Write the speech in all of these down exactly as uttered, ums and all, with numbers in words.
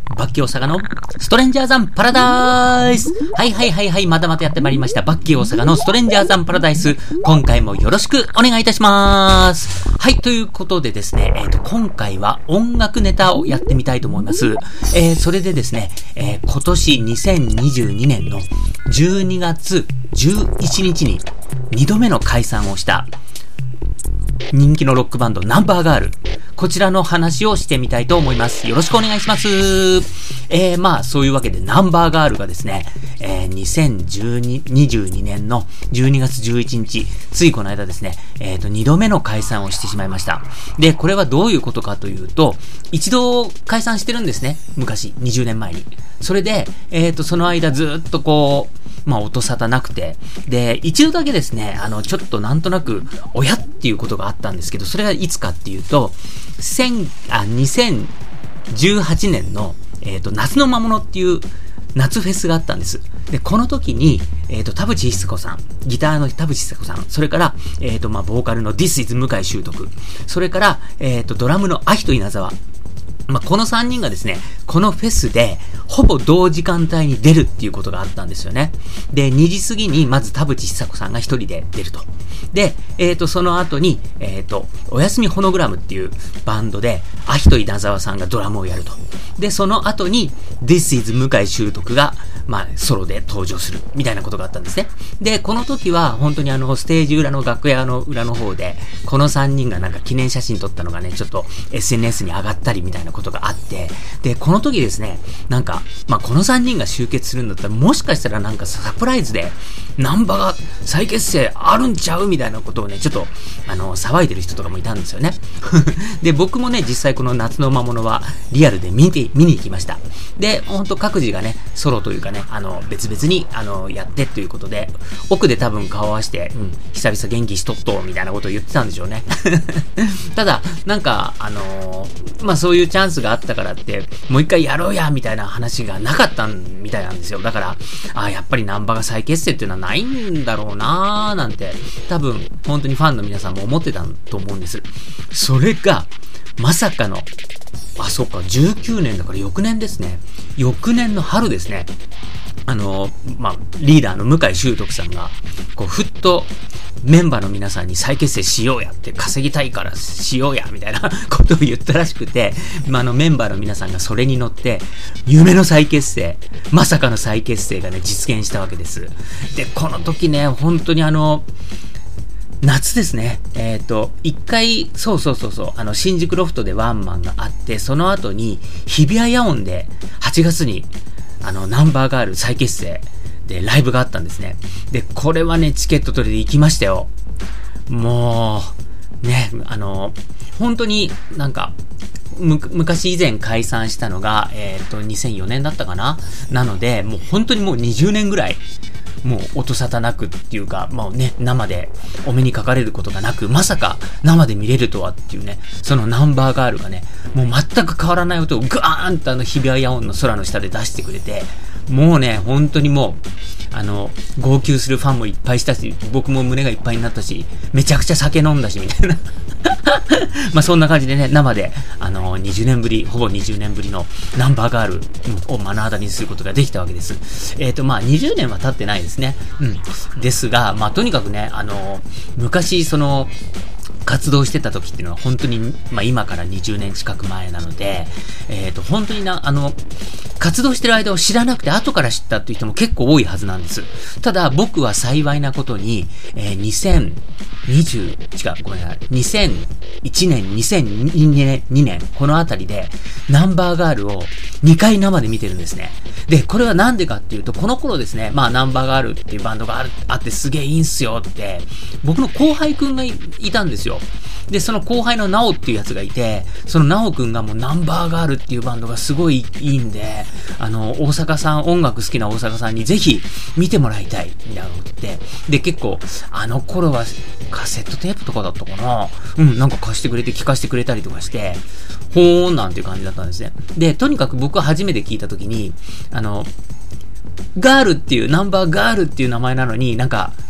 バッキー大阪のストレンジャーザンパラダイス。はいはいはいはい、またまたやってまいりました。バッキー大阪のストレンジャーザンパラダイス。今回もよろしくお願いいたします。はい、ということでですね、えっと、今回は音楽ネタをやってみたいと思います。えー、それでですね、えー、今年にせんにじゅうにねんのじゅうにがつじゅういちにちににどめの解散をした人気のロックバンドナンバーガール、こちらの話をしてみたいと思います。よろしくお願いします。えー、まあそういうわけでナンバーガールがですね、えー、にせんにじゅうにねんのじゅうにがつじゅういちにち、ついこの間ですね、えーとにどめの解散をしてしまいました。で、これはどういうことかというと、一度解散してるんですね、昔にじゅうねんまえに。それで、えーとその間ずっとこうまあ音沙汰なくて、で一度だけですね、あのちょっとなんとなく親っていうことがあったんですけど、それがいつかっていうとあにせんじゅうはちねんの、えーと夏の魔物っていう夏フェスがあったんです。でこの時に、えーと田淵久子さん、ギターの田淵久子さん、それからえーとまあボーカルの This is 向井秀徳、それからえーとドラムのアヒト稲沢、まあ、このさんにんがですね、このフェスでほぼ同時間帯に出るっていうことがあったんですよね。で、にじ過ぎにまず田淵久子さんがひとりで出ると。で、えっと、その後に、えっと、おやすみホノグラムっていうバンドで、アヒト稲沢さんがドラムをやると。で、その後に、This is 向井秀徳が、まあ、ソロで登場する、みたいなことがあったんですね。で、この時は、本当にあの、ステージ裏の楽屋の裏の方で、このさんにんがなんか記念写真撮ったのがね、ちょっと エスエヌエス に上がったりみたいなことがあって、で、この時ですね、なんか、まあ、このさんにんが集結するんだったら、もしかしたらなんかサプライズで、ナンバが再結成あるんちゃうみたいなことをね、ちょっと、あの、騒いでる人とかもいたんですよね。で、僕もね、実際この夏の魔物は、リアルで見て、見に行きました。で、ほんと各自がね、ソロというかね、あの、別々に、あの、やってということで、奥で多分顔合わせて、うん、久々元気しとっと、みたいなことを言ってたんでしょうね。ただ、なんか、あのー、まあ、そういうチャンスがあったからって、もう一回やろうや、みたいな話がなかったみたいなんですよ。だから、あ、やっぱりナンバが再結成っていうのはないんだろうなーなんて、多分、本当にファンの皆さんも思ってたと思うんです。それが、まさかの、あ、そうか、じゅうきゅうねんだから翌年ですね。翌年の春ですね。あの、まあ、リーダーの向井秀徳さんが、こう、ふっと、メンバーの皆さんに再結成しようやって、稼ぎたいからしようや、みたいなことを言ったらしくて、まあ、あの、メンバーの皆さんがそれに乗って、夢の再結成、まさかの再結成がね、実現したわけです。で、この時ね、本当にあの、夏ですね。えっと、一回、そうそうそうそう、あの、新宿ロフトでワンマンがあって、その後に、日比谷野音で、はちがつに、あの、ナンバーガール再結成でライブがあったんですね。で、これはね、チケット取りで行きましたよ。もう、ね、あの、本当になんか、む、昔以前解散したのが、えっと、にせんよねんだったかな？なので、もう本当にもうにじゅうねんぐらい、もう音沙汰なくっていうか、もうね、生でお目にかかれることがなく、まさか生で見れるとはっていうね、そのナンバーガールがね、もう全く変わらない音をガーンとあの日比谷野音の空の下で出してくれて、もうね、本当にもう、あの、号泣するファンもいっぱいしたし、僕も胸がいっぱいになったし、めちゃくちゃ酒飲んだし、みたいな。まあそんな感じでね、生で、あの、にじゅうねんぶり、ほぼにじゅうねんぶりのナンバーガールを目の当たりにすることができたわけです。えっと、まあにじゅうねんは経ってないですね。うん。ですが、まあとにかくね、あの、昔、その、活動してた時っていうのは本当に、まあ今からにじゅうねん近く前なので、えっと、本当にな、あの、活動してる間を知らなくて後から知ったっていう人も結構多いはずなんです。ただ僕は幸いなことに、えー、にせんにじゅう、違う、ごめんなさい、にせんいちねん、にせんにねん、このあたりでナンバーガールをにかい生で見てるんですね。で、これはなんでかっていうと、この頃ですね、まあナンバーガールっていうバンドがある、あってすげえいいんすよって、僕の後輩くんが い, いたんですよ。で、その後輩のナオっていうやつがいて、そのナオくんがもうナンバーガールっていうバンドがすごいいいんで、あの、大阪さん、音楽好きな大阪さんにぜひ見てもらいたい、みたいなこと言って、で、結構、あの頃はカセットテープとかだったかな？うん、なんか貸してくれて聞かせてくれたりとかして、ほーんなんていう感じだったんですね。で、とにかく僕は初めて聞いたときに、あの、ガールっていう、ナンバーガールっていう名前なのに、なんか、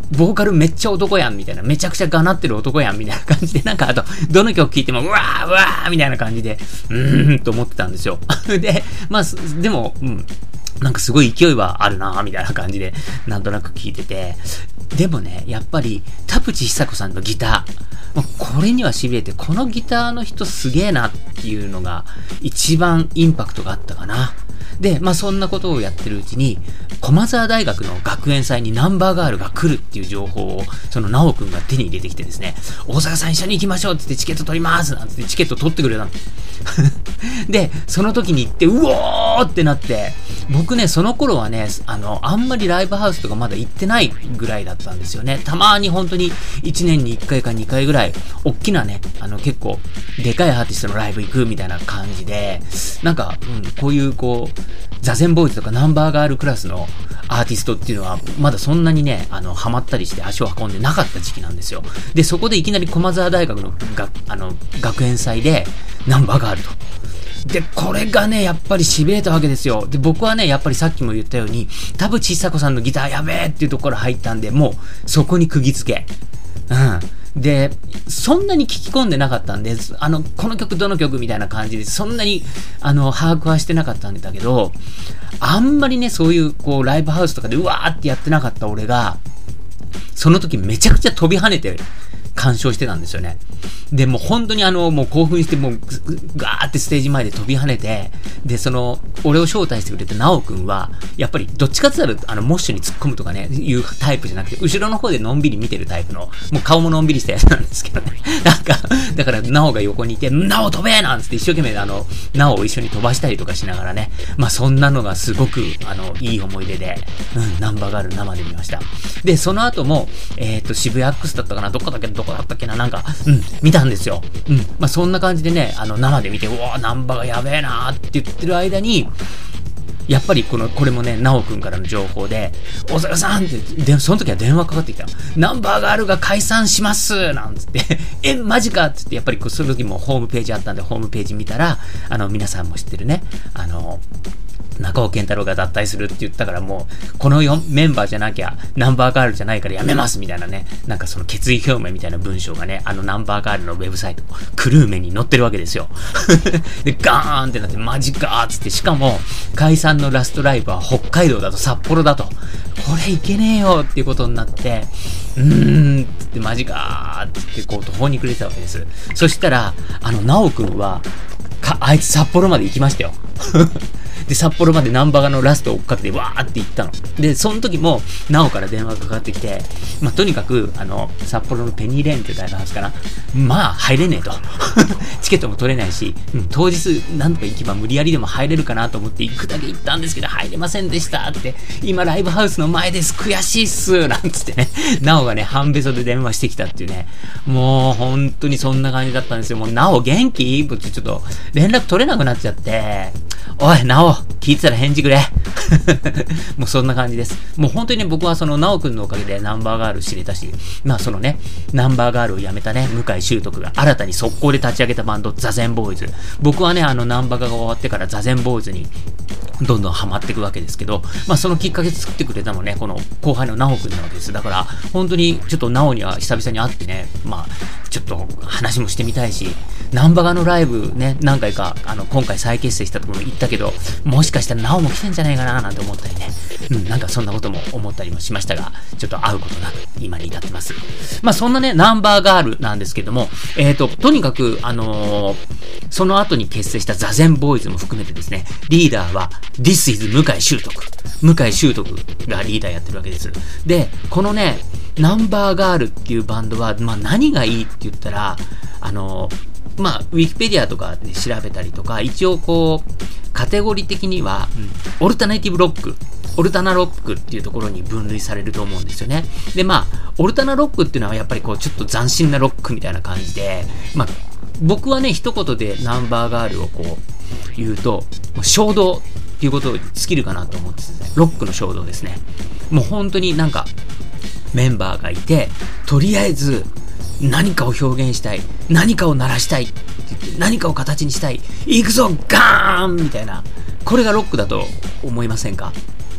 ボーカルめっちゃ男やんみたいな、めちゃくちゃがなってる男やんみたいな感じで、なんかあと、どの曲聴いても、うわーうわーみたいな感じで、うーんと思ってたんですよ。で、まあ、でも、うん、なんかすごい勢いはあるなーみたいな感じで、なんとなく聴いてて、でもね、やっぱり、田淵久子さんのギター、これには痺れて、このギターの人すげーなっていうのが、一番インパクトがあったかな。で、まあそんなことをやってるうちに、駒沢大学の学園祭にナンバーガールが来るっていう情報を、その直くんが手に入れてきてですね、大阪さん一緒に行きましょうって言ってチケット取りますなんて言ってチケット取ってくれたの。で、その時に行って、うおーってなって、僕ね、その頃はね、あの、あんまりライブハウスとかまだ行ってないぐらいだったんですよね。たまーに本当にいちねんにいっかいかにかいぐらい、大きなね、あの結構、でかいアーティストのライブ行くみたいな感じで、なんか、うん、こういうこう、ザゼンボーイズとかナンバーガールクラスのアーティストっていうのは、まだそんなにね、あの、ハマったりして足を運んでなかった時期なんですよ。で、そこでいきなり駒沢大学のが、あの、学園祭で、ナンバーガールと。で、これがね、やっぱり痺れたわけですよ。で、僕はね、やっぱりさっきも言ったように、田淵久子さんのギターやべえっていうところ入ったんで、もう、そこに釘付け。うん。で、そんなに聞き込んでなかったんで、あの、この曲どの曲みたいな感じで、そんなに、あの、把握はしてなかったんだけど、あんまりね、そういう、こう、ライブハウスとかで、うわーってやってなかった俺が、その時めちゃくちゃ飛び跳ねて、鑑賞してたんですよね。で、もう本当にあの、もう興奮して、もうガーってステージ前で飛び跳ねて、で、その、俺を招待してくれたナオくんは、やっぱりどっちかって言ったら、あの、モッシュに突っ込むとかね、いうタイプじゃなくて、後ろの方でのんびり見てるタイプの、もう顔ものんびりしたやつなんですけどね。なんか、だから、ナオが横にいて、ナオ飛べーなんつって一生懸命あの、ナオを一緒に飛ばしたりとかしながらね、まあそんなのがすごく、あの、いい思い出で、うん、ナンバーガール生で見ました。で、その後も、えっと、渋谷アックスだったかな、どこだっけ、どこだったっけな、なんか、うん、見たんですよ。うん。まあ、そんな感じでね、あの、生で見て、うわー、ナンバーがやべえなーって言ってる間に、やっぱりこの、これもね、ナオくんからの情報で、大阪さんって、で、その時は電話かかってきた。ナンバーガールが解散しますなんつって、え、マジかっつって、やっぱりその時もホームページあったんで、ホームページ見たら、あの、皆さんも知ってるね、あの、中尾健太郎が脱退するって言ったからもう、このよんメンバーじゃなきゃ、ナンバーガールじゃないからやめますみたいなね、なんかその決意表明みたいな文章がね、あのナンバーガールのウェブサイト、クルーメに載ってるわけですよ。で、ガーンってなって、マジかーっつって、しかも、解散のラストライブは北海道だと札幌だと、これいけねえよっていうことになって、うーんってって、マジかーって言って、こう途方に暮れてたわけです。そしたら、あの、ナオくんは、か、あいつ札幌まで行きましたよ。で、札幌までナンバーガーのラストを追っかけてわーって行ったの。で、その時も、ナオから電話がかかってきて、まあ、とにかく、あの、札幌のペニーレーンっていうライブハウスかな。まあ、入れねえと。チケットも取れないし、うん、当日、なんとか行けば無理やりでも入れるかなと思って行くだけ行ったんですけど、入れませんでしたって、今ライブハウスの前です、悔しいっす、なんつってね、ナオがね、半べそで電話してきたっていうね、もう、本当にそんな感じだったんですよ。もう、ナオ元気ってちょっと、連絡取れなくなっちゃって、おい、ナオ、聞いてたら返事くれ。もうそんな感じです。もう本当にね、僕はその、ナオくんのおかげでナンバーガール知れたし、まあそのね、ナンバーガールを辞めたね、向井秀徳が新たに速攻で立ち上げたバンド、ザゼンボーイズ。僕はね、あの、ナンバーガーが終わってからザゼンボーイズに、どんどんハマっていくわけですけど、まあそのきっかけ作ってくれたのね、この後輩のナオくんなわけです。だから、本当にちょっとナオには久々に会ってね、まあ、ちょっと話もしてみたいし、ナンバーガーのライブね、何回か、あの、今回再結成したところも行ったけど、もしかしたらナオも来てんじゃないかななんて思ったりね、うん、なんかそんなことも思ったりもしましたが、ちょっと会うことなく今に至ってます。まあそんなね、ナンバーガールなんですけども、えーと、とにかく、あのー、その後に結成したザゼンボーイズも含めてですね、リーダーは、This is 向井秀徳。向井秀徳がリーダーやってるわけです。で、このね、ナンバーガールっていうバンドは、まあ何がいいって言ったら、あのー、まあ、ウィキペディアとかで調べたりとか、一応こう、カテゴリー的には、うん、オルタナティブロック、オルタナロックっていうところに分類されると思うんですよね。で、まあ、オルタナロックっていうのはやっぱりこう、ちょっと斬新なロックみたいな感じで、まあ、僕はね、一言でナンバーガールをこう、言うと、衝動っていうことを尽きるかなと思ってですね、ロックの衝動ですね。もう本当になんか、メンバーがいて、とりあえず、何かを表現したい、何かを鳴らしたいって言って、何かを形にしたい、行くぞガーンみたいな、これがロックだと思いませんか？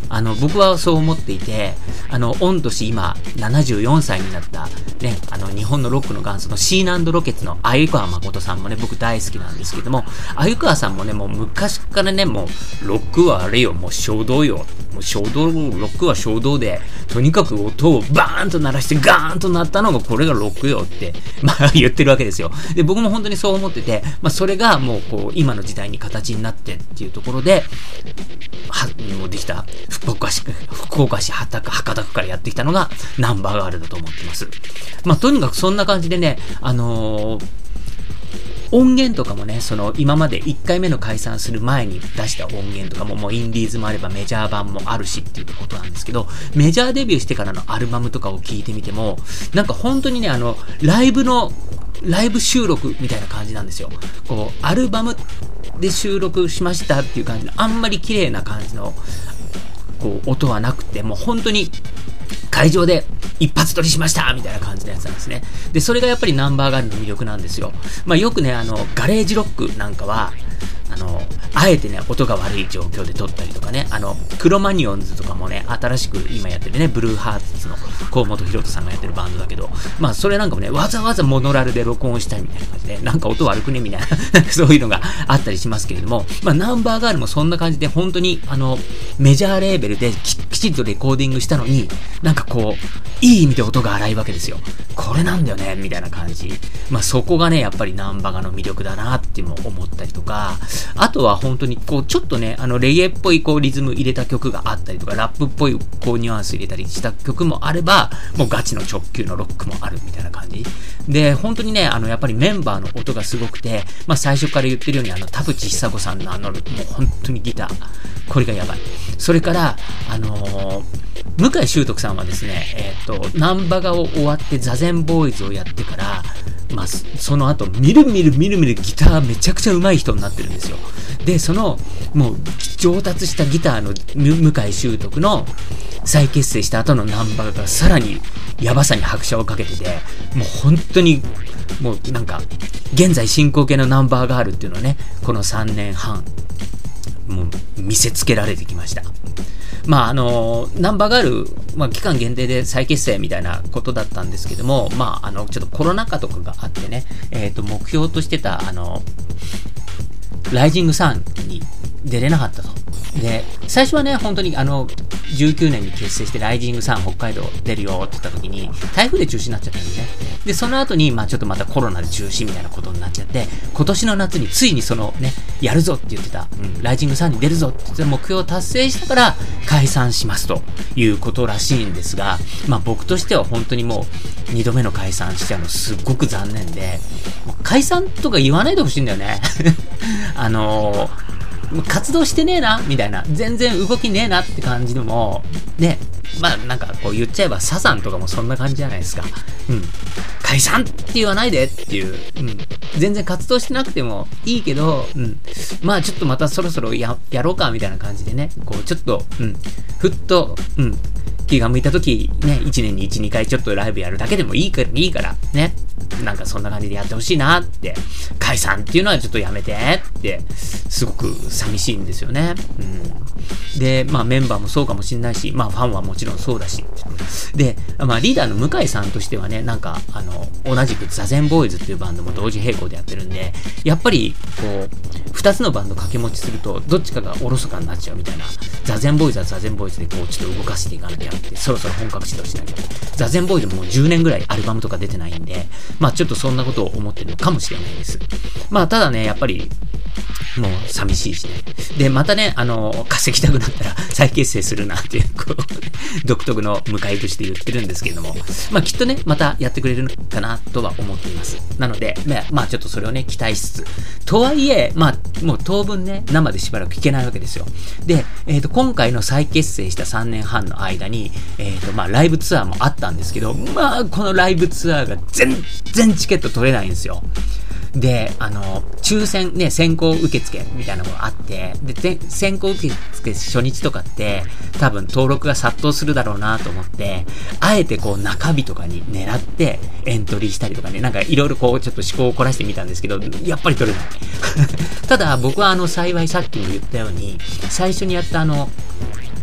あの、僕はそう思っていて、あの、御年今、ななじゅうよんさいになった、ね、あの、日本のロックの元祖のシーナンドロケッツの鮎川誠さんもね、僕大好きなんですけども、鮎川さんもね、もう昔からね、もう、ロックはあれよ、もう衝動よ。もう衝動、ロックは衝動で、とにかく音をバーンと鳴らしてガーンと鳴ったのが、これがロックよって、まあ言ってるわけですよ。で、僕も本当にそう思ってて、まあそれがもうこう、今の時代に形になってっていうところで、は、もうできた、福岡市、福岡市博多区からやってきたのがナンバーガールだと思ってます。まあとにかくそんな感じでね、あのー、音源とかもね、その今までいっかいめの解散する前に出した音源とかももうインディーズもあればメジャー版もあるしっていうことなんですけど、メジャーデビューしてからのアルバムとかを聞いてみても、なんか本当にね、あの、ライブの、ライブ収録みたいな感じなんですよ。こう、アルバムで収録しましたっていう感じで、あんまり綺麗な感じの、こう、音はなくて、もう本当に、会場で一発撮りしましたみたいな感じのやつなんですね。で、それがやっぱりナンバーガールの魅力なんですよ。まあよくね、あの、ガレージロックなんかは、あの、あえてね、音が悪い状況で撮ったりとかね、あの、クロマニオンズとかもね、新しく今やってるね、ブルーハーツの河本大翔さんがやってるバンドだけど、まあそれなんかもね、わざわざモノラルで録音したいみたいな感じで、なんか音悪くねみたいな、そういうのがあったりしますけれども、まあナンバーガールもそんな感じで、本当に、あの、メジャーレーベルで き, きちんとレコーディングしたのに、なんかこう、いい意味で音が荒いわけですよ。これなんだよね、みたいな感じ。まあそこがね、やっぱりナンバガの魅力だなっていうのを思ったりとか、あとは本当にこう、ちょっとね、あの、レゲエっぽいこう、リズム入れた曲があったりとか、ラップっぽいこう、ニュアンス入れたりした曲もあれば、もうガチの直球のロックもあるみたいな感じ。で、本当にね、あの、やっぱりメンバーの音がすごくて、まあ最初から言ってるように、あの、田淵久子さんのあの、もう本当にギター、これがやばい。それから、あのー、向井秀徳さんはですね、えっと、ナンバガを終わって座禅ボーイズをやってから、まあ、その後、みるみるみるみるギターめちゃくちゃ上手い人になってるんですよ。で、その、もう、上達したギターの向井秀徳の再結成した後のナンバガがさらにヤバさに拍車をかけてて、もう本当に、もうなんか、現在進行形のナンバーガールっていうのをね、このさんねんはん、もう見せつけられてきました。まああのナンバーガール、まあ、期間限定で再結成みたいなことだったんですけども、まああのちょっとコロナ禍とかがあってね、えっと目標としてたあのライジングサンに出れなかったと。で、最初はね、本当にあの、じゅうきゅうねんに結成してライジングサン北海道出るよって言った時に、台風で中止になっちゃったんですね。で、その後に、まあちょっとまたコロナで中止みたいなことになっちゃって、今年の夏についにそのね、やるぞって言ってた、うん、ライジングサンに出るぞって言ってた目標を達成したから解散しますということらしいんですが、まあ僕としては本当にもう、二度目の解散しちゃうのすっごく残念で、解散とか言わないでほしいんだよね。あのー、活動してねえなみたいな、全然動きねえなって感じでもね、まあなんかこう言っちゃえばサザンとかもそんな感じじゃないですか。うん、解散って言わないでっていう、うん、全然活動してなくてもいいけど、うん、まあちょっとまたそろそろ や, やろうかみたいな感じでね、こうちょっと、うん、ふっと、うん、気が向いた時ね、いちねんにいち、にかいちょっとライブやるだけでもいいから、いいからね、なんかそんな感じでやってほしいなって、解散っていうのはちょっとやめてってすごく寂しいんですよね。うん、で、まあメンバーもそうかもしれないし、まあファンはもちろんそうだし、で、まあリーダーの向井さんとしてはね、なんかあの同じく座禅ボーイズっていうバンドも同時並行でやってるんで、やっぱりこうふたつのバンド掛け持ちするとどっちかがおろそかになっちゃうみたいな、座禅ボーイズは座禅ボーイズでこうちょっと動かしていかなきゃって、そろそろ本格始動しなきゃ。座禅ボーイズももうじゅうねんぐらいアルバムとか出てないんで、まあちょっとそんなことを思ってるのかもしれないです。まあただね、やっぱりもう寂しいしね。で、またね、あの、稼ぎたくなったら再結成するなっていう、こう、独特の向かいとして言ってるんですけれども、まあきっとね、またやってくれるのかなとは思っています。なので、まあちょっとそれをね、期待しつつ、とはいえ、まあもう当分ね、生でしばらく聞けないわけですよ。で、えっと、今回の再結成したさんねんはんの間に、えっと、まあライブツアーもあったんですけど、まあこのライブツアーが全然チケット取れないんですよ。で、あの、抽選ね、先行受付みたいなのがあって、で、先行受付初日とかって、多分登録が殺到するだろうなと思って、あえてこう中日とかに狙ってエントリーしたりとかね、なんかいろいろこうちょっと思考を凝らしてみたんですけど、やっぱり取れない。ただ僕はあの幸いさっきも言ったように、最初にやったあの、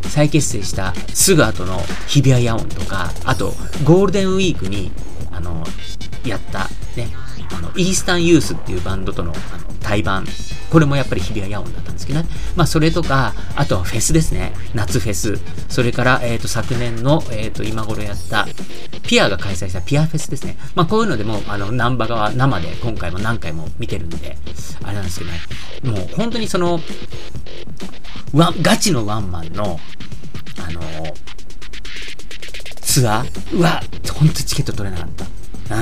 再結成したすぐ後の日比谷野音とか、あとゴールデンウィークにあのやったね、あのイースタンユースっていうバンドとの、あの対バン、これもやっぱり日比谷野音だったんですけどね。まあそれとか、あとはフェスですね、夏フェス、それからえっと昨年のえっと今頃やったピアが開催したピアフェスですね。まあこういうのでもあのナンバが生で今回も何回も見てるんであれなんですけどね、もう本当にそのワンガチのワンマンのあのー、ツアー、うわ本当にチケット取れなかった。うん、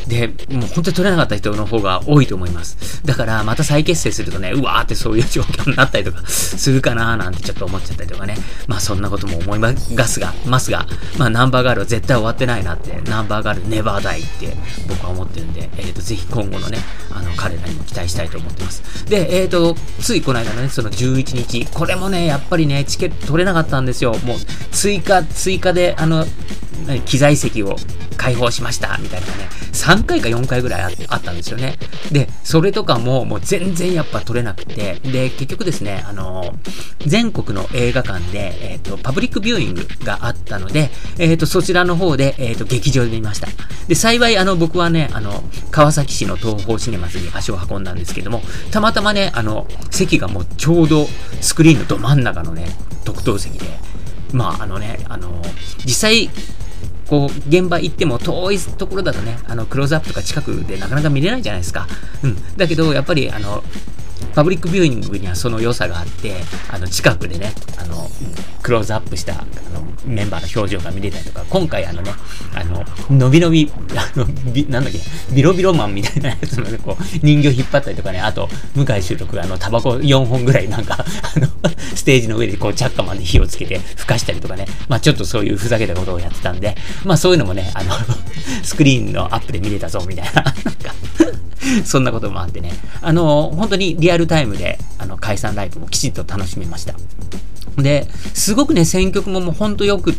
でもう本当に取れなかった人の方が多いと思います。だからまた再結成するとね、うわーってそういう状況になったりとかするかなーなんてちょっと思っちゃったりとかね。まあそんなことも思いますが、ますが、まあナンバーガールは絶対終わってないなって、ナンバーガールネバーダイって僕は思ってるんで、えっとぜひ今後のね、あの彼らにも期待したいと思ってます。で、えっとついこの間のね、そのじゅういちにち、これもねやっぱりねチケット取れなかったんですよ。もう追加追加であの機材席を開放しましたみたいなね、さんかいかよんかいぐらい あ, あったんですよね。でそれとかももう全然やっぱ取れなくて、で結局ですね、あの全国の映画館で、えー、とパブリックビューイングがあったので、えー、とそちらの方で、えー、と劇場で見ました。で幸いあの僕はね、あの川崎市の東宝シネマズに足を運んだんですけども、たまたまね、あの席がもうちょうどスクリーンのど真ん中のね特等席で、まああのね、あの実際こう現場行っても遠いところだとね、あのクローズアップとか近くでなかなか見れないじゃないですか。うん。だけどやっぱりあのパブリックビューイングにはその良さがあって、あの近くでね、あのクローズアップしたあのメンバーの表情が見れたりとか、今回あのね、あののびのびあのびなんだっけビロビロマンみたいなやつのね、こう人形引っ張ったりとかね、あと向井秀徳があのタバコよんほんぐらいなんかあのステージの上でこうチャッカマンで火をつけて吹かしたりとかね、まあちょっとそういうふざけたことをやってたんで、まあそういうのもね、あのスクリーンのアップで見れたぞみたいななんかそんなこともあってね、あの本当にリアルタイムであの解散ライブもきちんと楽しめました。で、すごくね選曲ももう本当よくって、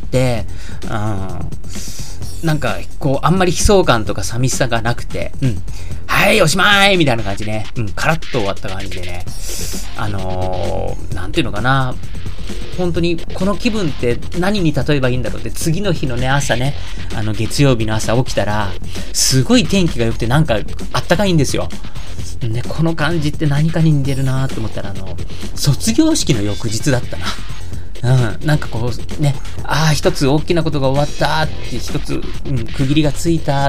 うん、なんかこうあんまり悲壮感とか寂しさがなくて、うん、はいおしまいみたいな感じね、うん、カラッと終わった感じでね、あのー、なんていうのかな。本当にこの気分って何に例えばいいんだろうって、次の日のね朝ね、あの月曜日の朝起きたらすごい天気が良くてなんかあったかいんですよ。ね、この感じって何かに似てるなと思ったら、あの卒業式の翌日だったな。うん、なんかこうね、ああ一つ大きなことが終わったって、一つ、うん、区切りがついたって、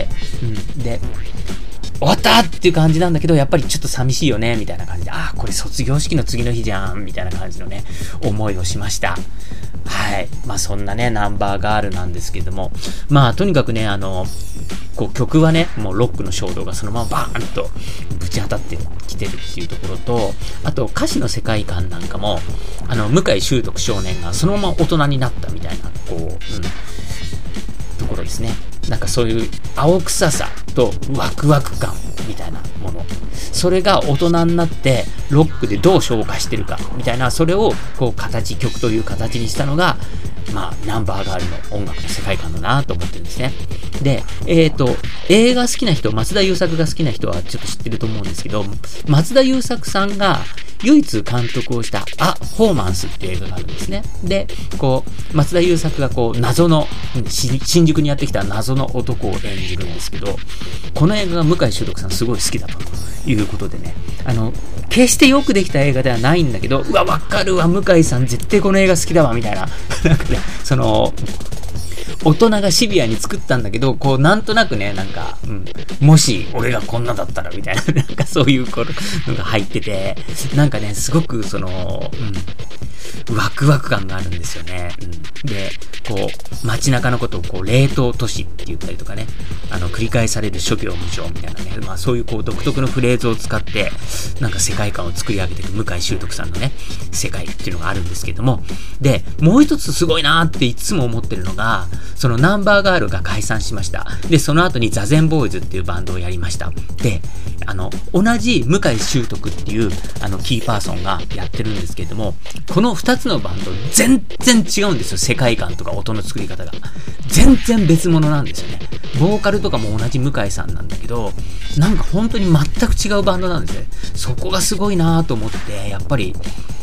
うん、で終わったっていう感じなんだけど、やっぱりちょっと寂しいよねみたいな感じで、ああこれ卒業式の次の日じゃんみたいな感じのね思いをしました。はい、まあそんなねナンバーガールなんですけども、まあとにかくね、あのこう曲はねもうロックの衝動がそのままバーンとぶち当たってきてるっていうところと、あと歌詞の世界観なんかも、あの向井秀徳少年がそのまま大人になったみたいなこう、うん、ところですね。なんかそういう青臭さとワクワク感みたいなもの、それが大人になってロックでどう昇華してるかみたいな、それをこう形、曲という形にしたのが、まあナンバーガールの音楽の世界観だなと思ってるんですね。で、えっと映画好きな人、松田優作が好きな人はちょっと知ってると思うんですけど、松田優作さんが唯一監督をしたア・ホーマンスっていう映画があるんですね。で、こう松田優作がこう謎の新宿にやってきた謎の男を演じるんですけど、この映画が向井秀徳さんすごい好きだということでね、あの決してよくできた映画ではないんだけど、うわわかるわ、向井さん絶対この映画好きだわみたいななんかね、その大人がシビアに作ったんだけど、こうなんとなくね、なんか、うん、もし俺がこんなだったらみたいな、なんかそういうのが入ってて、なんかねすごくその、うん、ワクワク感があるんですよね。うん、で、こう街中のことをこう冷凍都市って言ったりとかね、あの繰り返される諸行無常みたいなね、まあそういうこう独特のフレーズを使ってなんか世界観を作り上げていく向井秀徳さんのね世界っていうのがあるんですけども、でもう一つすごいなーっていつも思ってるのが、そのナンバーガールが解散しました。でその後にザゼンボーイズっていうバンドをやりました。で、あの同じ向井秀徳っていうあのキーパーソンがやってるんですけれども、このふたつのバンド全然違うんですよ。世界観とか音の作り方が全然別物なんですよね。ボーカルとかも同じ向井さんなんだけど、なんか本当に全く違うバンドなんですね。そこがすごいなと思って、やっぱりこ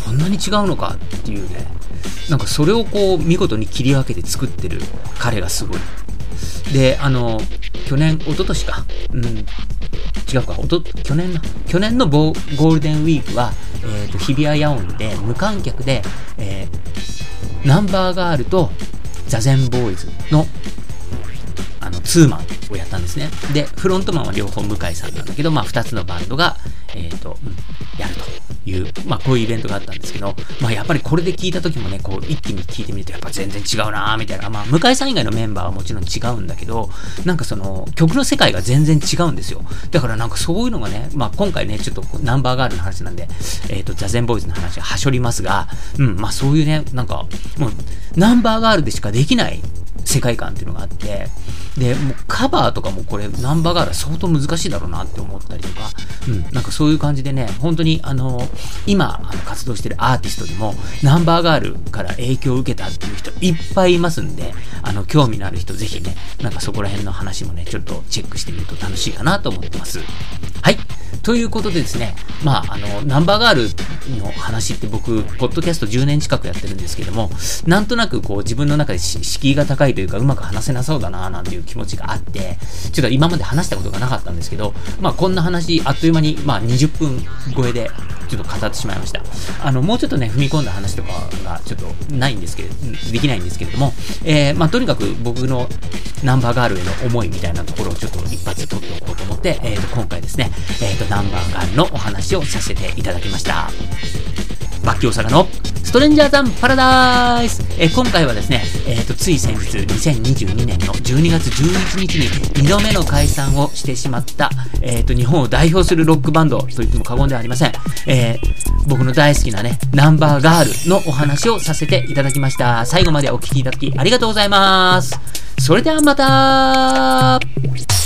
こんなに違うのかっていうね、なんかそれをこう見事に切り分けて作ってる彼がすごい。で、あの去年、一昨年か、うん、違うか、おと去年の去年のゴールデンウィークは、えー、と日比谷野音で無観客で、えー、ナンバーガールとザゼンボーイズのあのツーマンをやったんですね。で、フロントマンは両方向井さんなんだけど、まあふたつのバンドが、えーとうん、やるという、まあこういうイベントがあったんですけど、まあやっぱりこれで聞いた時もね、こう一気に聞いてみるとやっぱ全然違うなーみたいな、まあ向井さん以外のメンバーはもちろん違うんだけど、なんかその曲の世界が全然違うんですよ。だからなんかそういうのがね、まあ今回ね、ちょっとナンバーガールの話なんで、えーとザゼンボーイズの話ははしょりますが、うん、まあそういうね、なんかもうナンバーガールでしかできない世界観っていうのがあって、で、もうカバーとかもこれナンバーガールは相当難しいだろうなって思ったりとか、うん、なんかそういう感じでね、本当にあの今あの活動してるアーティストにもナンバーガールから影響を受けたっていう人いっぱいいますんで、あの興味のある人ぜひね、なんかそこら辺の話もね、ちょっとチェックしてみると楽しいかなと思ってます。はい。ということでですね、まあ、あの、ナンバーガールの話って僕、ポッドキャストじゅうねん近くやってるんですけども、なんとなくこう自分の中で敷居が高いというか、うまく話せなそうだななんていう気持ちがあって、ちょっと今まで話したことがなかったんですけど、まあこんな話、あっという間に、まあにじゅっぷん超えで、ちょっと語ってしまいました。あの、もうちょっとね、踏み込んだ話とかがちょっとないんですけれど、できないんですけれども、えー、まあとにかく僕のナンバーガールへの思いみたいなところをちょっと一発で取っておこうと思って、えーと、今回ですね、えーと、ナンバーガールのお話をさせていただきました。バッキー大阪のストレンジャーザンパラダイス、えー、今回はですね、えーと、つい先日にせんにじゅうにねんのじゅうにがつじゅういちにちににどめの解散をしてしまった、えーと、日本を代表するロックバンドと言っても過言ではありません。えー、僕の大好きなね、ナンバーガールのお話をさせていただきました。最後までお聞きいただきありがとうございます。それではまた。